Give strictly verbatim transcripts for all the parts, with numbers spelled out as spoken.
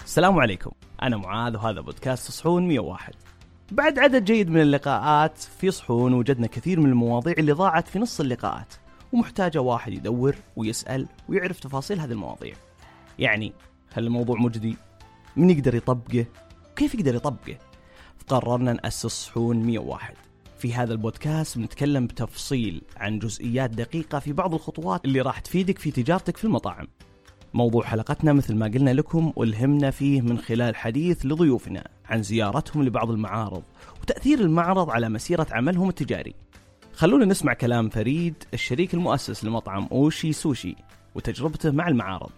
السلام عليكم، أنا معاذ وهذا بودكاست صحون مية وواحد. بعد عدد جيد من اللقاءات في صحون وجدنا كثير من المواضيع اللي ضاعت في نص اللقاءات ومحتاجة واحد يدور ويسأل ويعرف تفاصيل هذه المواضيع. يعني هل الموضوع مجدي؟ من يقدر يطبقه؟ وكيف يقدر يطبقه؟ فقررنا نأسس صحون مية وواحد. في هذا البودكاست بنتكلم بتفصيل عن جزئيات دقيقة في بعض الخطوات اللي راح تفيدك في تجارتك في المطاعم. موضوع حلقتنا مثل ما قلنا لكم والهمنا فيه من خلال حديث لضيوفنا عن زيارتهم لبعض المعارض وتأثير المعرض على مسيرة عملهم التجاري. خلونا نسمع كلام فريد الشريك المؤسس لمطعم أوشي سوشي وتجربته مع المعارض.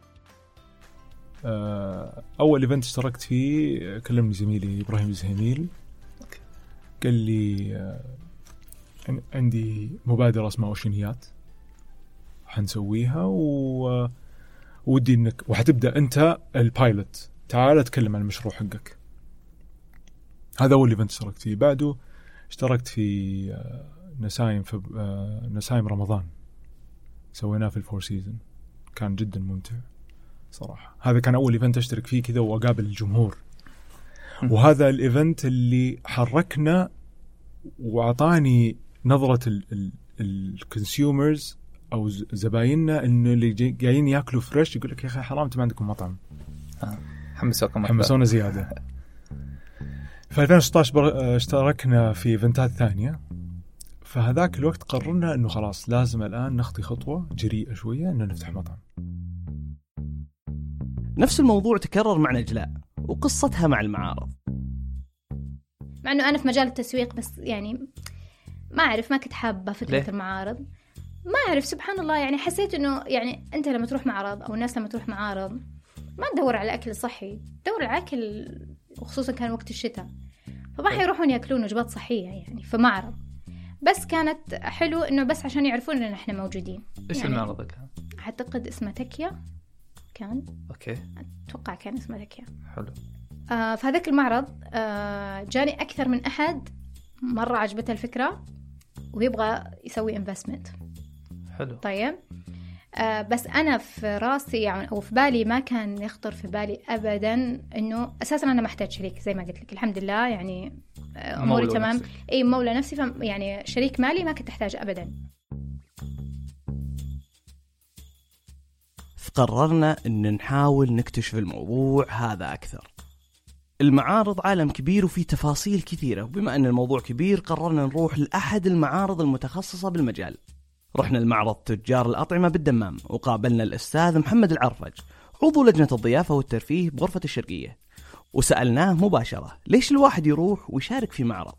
أول إيفنت اشتركت فيه كلمني زميلي إبراهيم الزهميل، قال لي عندي مبادرة اسمها أوشينيات حنسويها و ودي انك وحتبدا انت البايلوت، تعال اتكلم عن المشروع حقك. هذا اول ايفنت اشتركت فيه. بعده اشتركت في نسايم في نسايم رمضان، سويناه في الفور سيزون، كان جدا ممتع صراحه. هذا كان اول ايفنت اشترك فيه كذا واقابل الجمهور، وهذا الايفنت اللي حركنا واعطاني نظره الكونسيومرز أو زبايننا إنه اللي جايين يأكلوا فريش يقول لك يا أخي حرام أنت ما عندكم مطعم. آه. حمسوكم حمسونا زيادة. في ألفين وستة عشر اشتركنا في إيفنتات ثانية، فهذاك الوقت قررنا إنه خلاص لازم الآن نخطي خطوة جريئة شوية إنه نفتح مطعم. نفس الموضوع تكرر مع نجلاء وقصتها مع المعارض. مع إنه أنا في مجال التسويق بس يعني ما أعرف، ما كنت حابة فكرة ليه؟ المعارض ما أعرف، سبحان الله. يعني حسيت إنه يعني أنت لما تروح معرض أو الناس لما تروح معارض ما تدور على أكل صحي، تدور على أكل، وخصوصا كان وقت الشتاء فما حيروحون يأكلون وجبات صحية يعني في معرض. بس كانت حلو إنه بس عشان يعرفون إن إحنا موجودين. إيش يعني المعرض كان؟ أعتقد اسمه تكيا كان. أوكي. أتوقع كان اسمه تكيا. حلو. آه في هذاك المعرض آه جاني أكثر من أحد مرة عجبته الفكرة ويبغى يسوي إنفستمنت. حلو. طيب آه بس أنا في راسي يعني أو في بالي ما كان يخطر في بالي أبدا إنه أساسا أنا محتاج شريك. زي ما قلت لك الحمد لله يعني أموري تمام نفسك. أي مولى نفسي، فم يعني شريك مالي ما كنت أحتاج أبدا. فقررنا إن نحاول نكتشف الموضوع هذا أكثر. المعارض عالم كبير وفيه تفاصيل كثيرة، وبما أن الموضوع كبير قررنا نروح لأحد المعارض المتخصصة بالمجال. رحنا المعرض تجار الأطعمة بالدمام وقابلنا الأستاذ محمد العرفج عضو لجنة الضيافة والترفيه بغرفة الشرقية، وسألناه مباشرة ليش الواحد يروح ويشارك في معرض.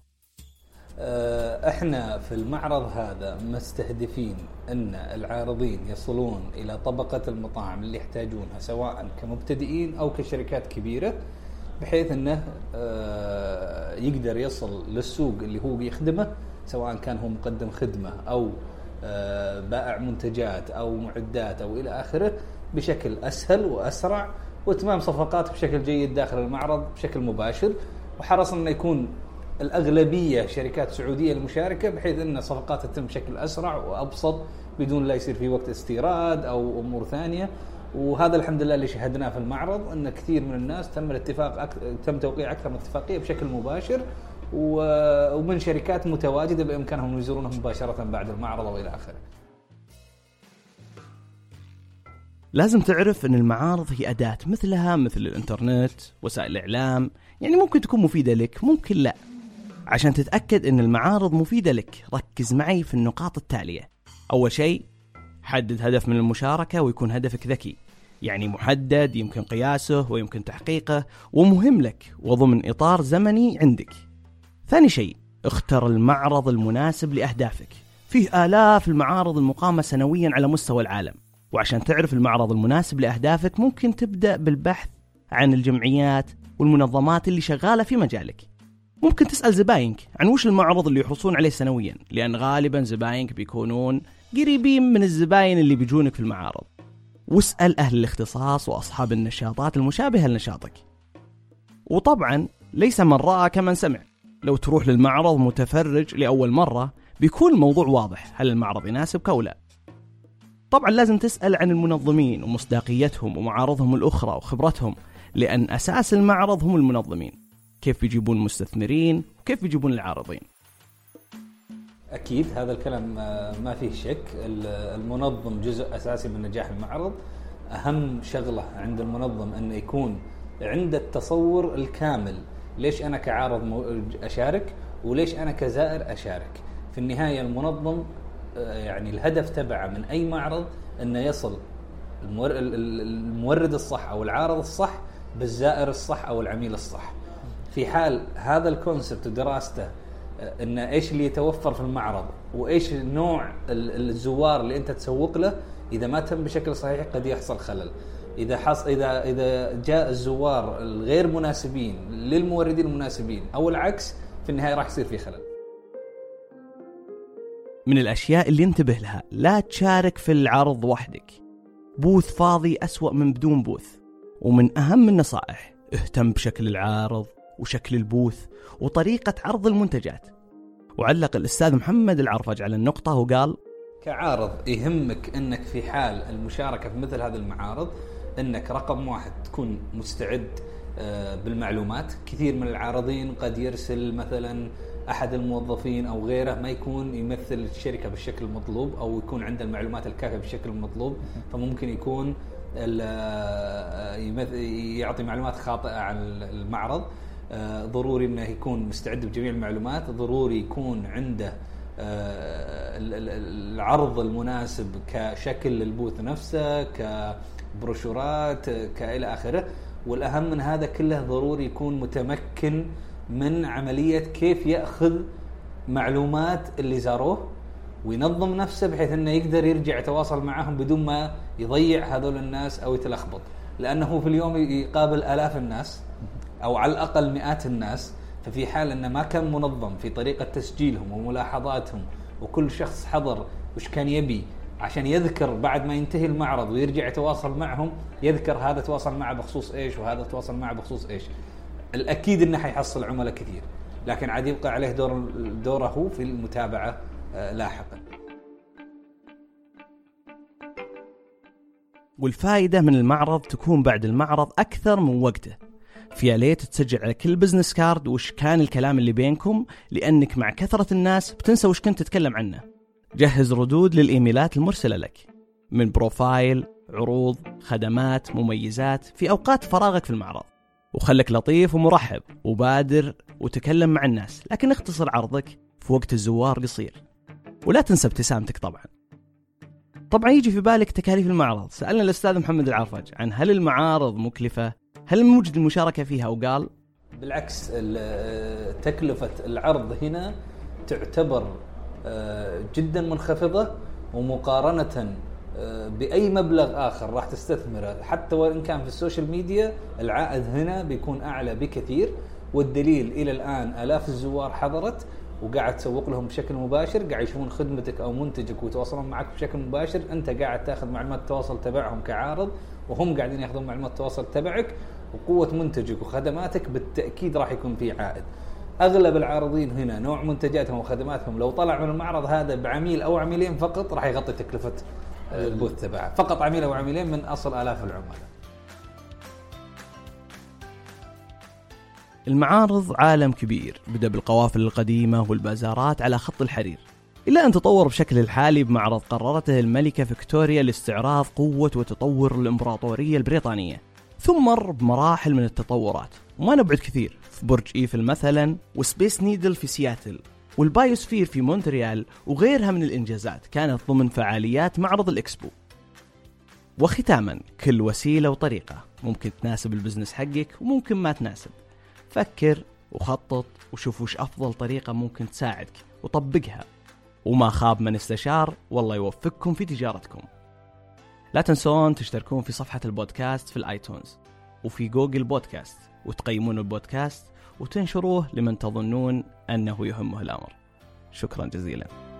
احنا في المعرض هذا مستهدفين ان العارضين يصلون الى طبقة المطاعم اللي يحتاجونها سواء كمبتدئين او كشركات كبيرة، بحيث انه يقدر يصل للسوق اللي هو بيخدمه، سواء كان هو مقدم خدمة او بائع منتجات أو معدات أو إلى آخره، بشكل أسهل وأسرع، وتمام صفقات بشكل جيد داخل المعرض بشكل مباشر. وحرصنا أن يكون الأغلبية شركات سعودية المشاركة، بحيث أن صفقات تتم بشكل أسرع وأبسط بدون لا يصير في وقت استيراد أو أمور ثانية. وهذا الحمد لله اللي شهدناه في المعرض، أن كثير من الناس تم الاتفاق أك... تم توقيع أكثر من اتفاقية بشكل مباشر، ومن شركات متواجدة بإمكانهم يزورونه مباشرة بعد المعرض وإلى آخره. لازم تعرف أن المعارض هي أداة مثلها مثل الإنترنت، وسائل الإعلام، يعني ممكن تكون مفيدة لك ممكن لا. عشان تتأكد أن المعارض مفيدة لك ركز معي في النقاط التالية. أول شيء، حدد هدف من المشاركة ويكون هدفك ذكي، يعني محدد يمكن قياسه ويمكن تحقيقه ومهم لك وضمن إطار زمني عندك. ثاني شيء، اختر المعرض المناسب لأهدافك. فيه آلاف المعارض المقامة سنويا على مستوى العالم، وعشان تعرف المعرض المناسب لأهدافك ممكن تبدأ بالبحث عن الجمعيات والمنظمات اللي شغالة في مجالك. ممكن تسأل زباينك عن وش المعرض اللي يحرصون عليه سنويا، لأن غالبا زباينك بيكونون قريبين من الزباين اللي بيجونك في المعارض. واسأل أهل الاختصاص وأصحاب النشاطات المشابهة لنشاطك. وطبعا ليس من رأى كمن سمع. لو تروح للمعرض متفرج لأول مرة بيكون الموضوع واضح هل المعرض يناسبك أو لا. طبعا لازم تسأل عن المنظمين ومصداقيتهم ومعارضهم الأخرى وخبرتهم، لأن أساس المعرض هم المنظمين، كيف بيجيبون المستثمرين وكيف بيجيبون العارضين. أكيد هذا الكلام ما فيه شك. المنظم جزء أساسي من نجاح المعرض. أهم شغلة عند المنظم أنه يكون عنده التصور الكامل، ليش أنا كعارض أشارك وليش أنا كزائر أشارك. في النهاية المنظم يعني الهدف تبعه من أي معرض أنه يصل المورد الصح أو العارض الصح بالزائر الصح أو العميل الصح. في حال هذا الكونسبت ودراسته ان ايش اللي يتوفر في المعرض وايش نوع الزوار اللي انت تسوق له، اذا ما تم بشكل صحيح قد يحصل خلل. اذا حص اذا اذا جاء الزوار الغير مناسبين للموردين المناسبين او العكس، في النهايه راح يصير في خلل. من الاشياء اللي انتبه لها، لا تشارك في العرض وحدك. بوث فاضي أسوأ من بدون بوث. ومن اهم النصائح، اهتم بشكل العارض وشكل البوث وطريقة عرض المنتجات. وعلق الأستاذ محمد العرفج على النقطة وقال: كعارض يهمك أنك في حال المشاركة في مثل هذه المعارض أنك رقم واحد تكون مستعد بالمعلومات. كثير من العارضين قد يرسل مثلا أحد الموظفين أو غيره ما يكون يمثل الشركة بالشكل المطلوب أو يكون عنده المعلومات الكافية بالشكل المطلوب، فممكن يكون يعطي معلومات خاطئة عن المعرض. ضروري أنه يكون مستعد بجميع المعلومات. ضروري يكون عنده العرض المناسب كشكل للبوث نفسه، كبروشورات، كإلى آخره. والأهم من هذا كله ضروري يكون متمكن من عملية كيف يأخذ معلومات اللي زاروه وينظم نفسه بحيث أنه يقدر يرجع يتواصل معهم بدون ما يضيع هذول الناس أو يتلخبط، لأنه في اليوم يقابل آلاف الناس أو على الأقل مئات الناس. ففي حال أنه ما كان منظم في طريقة تسجيلهم وملاحظاتهم وكل شخص حضر وش كان يبي عشان يذكر بعد ما ينتهي المعرض ويرجع يتواصل معهم، يذكر هذا تواصل معه بخصوص إيش وهذا تواصل معه بخصوص إيش، الأكيد أنه حيحصل عملاء كثير، لكن عاد يبقى عليه دور دوره في المتابعة لاحقا. والفائدة من المعرض تكون بعد المعرض أكثر من وقته. في ليت تسجل على كل بزنس كارد وش كان الكلام اللي بينكم، لأنك مع كثرة الناس بتنسى وش كنت تتكلم عنه. جهز ردود للإيميلات المرسلة لك من بروفايل، عروض، خدمات، مميزات في أوقات فراغك في المعرض، وخلك لطيف ومرحب وبادر وتكلم مع الناس، لكن اختصر عرضك في وقت الزوار قصير. ولا تنسى ابتسامتك طبعا. طبعا يجي في بالك تكاليف المعرض. سألنا الأستاذ محمد العرفج عن هل المعارض مكلفة، هل موجود المشاركة فيها، وقال: بالعكس، تكلفة العرض هنا تعتبر جدا منخفضة، ومقارنة بأي مبلغ آخر راح تستثمره حتى وإن كان في السوشيال ميديا العائد هنا بيكون أعلى بكثير. والدليل إلى الآن آلاف الزوار حضرت وقاعد تسوق لهم بشكل مباشر، قاعد يشوفون خدمتك أو منتجك ويتواصلون معك بشكل مباشر. أنت قاعد تأخذ معلومات التواصل تبعهم كعارض، وهم قاعدين يأخذون معلومات التواصل تبعك، وقوة منتجك وخدماتك بالتأكيد راح يكون فيه عائد. أغلب العارضين هنا نوع منتجاتهم وخدماتهم لو طلع من المعرض هذا بعميل أو عميلين فقط راح يغطي تكلفة البوث تبعه، فقط عميل أو عميلين من أصل آلاف العملاء. المعارض عالم كبير، بدأ بالقوافل القديمة والبازارات على خط الحرير، إلا أن تطور بشكل الحالي بمعرض قررته الملكة فيكتوريا لاستعراض قوة وتطور الإمبراطورية البريطانية، ثم مر بمراحل من التطورات وما نبعد كثير، في برج إيفل مثلا، وسبيس نيدل في سياتل، والبايوسفير في مونتريال، وغيرها من الإنجازات كانت ضمن فعاليات معرض الإكسبو. وختاما، كل وسيلة وطريقة ممكن تناسب البزنس حقك وممكن ما تناسب. فكر وخطط وشوف وش أفضل طريقة ممكن تساعدك وطبقها، وما خاب من استشار، والله يوفقكم في تجارتكم. لا تنسون تشتركون في صفحة البودكاست في الآيتونز وفي جوجل بودكاست، وتقيمون البودكاست وتنشروه لمن تظنون أنه يهمه الأمر. شكرا جزيلا.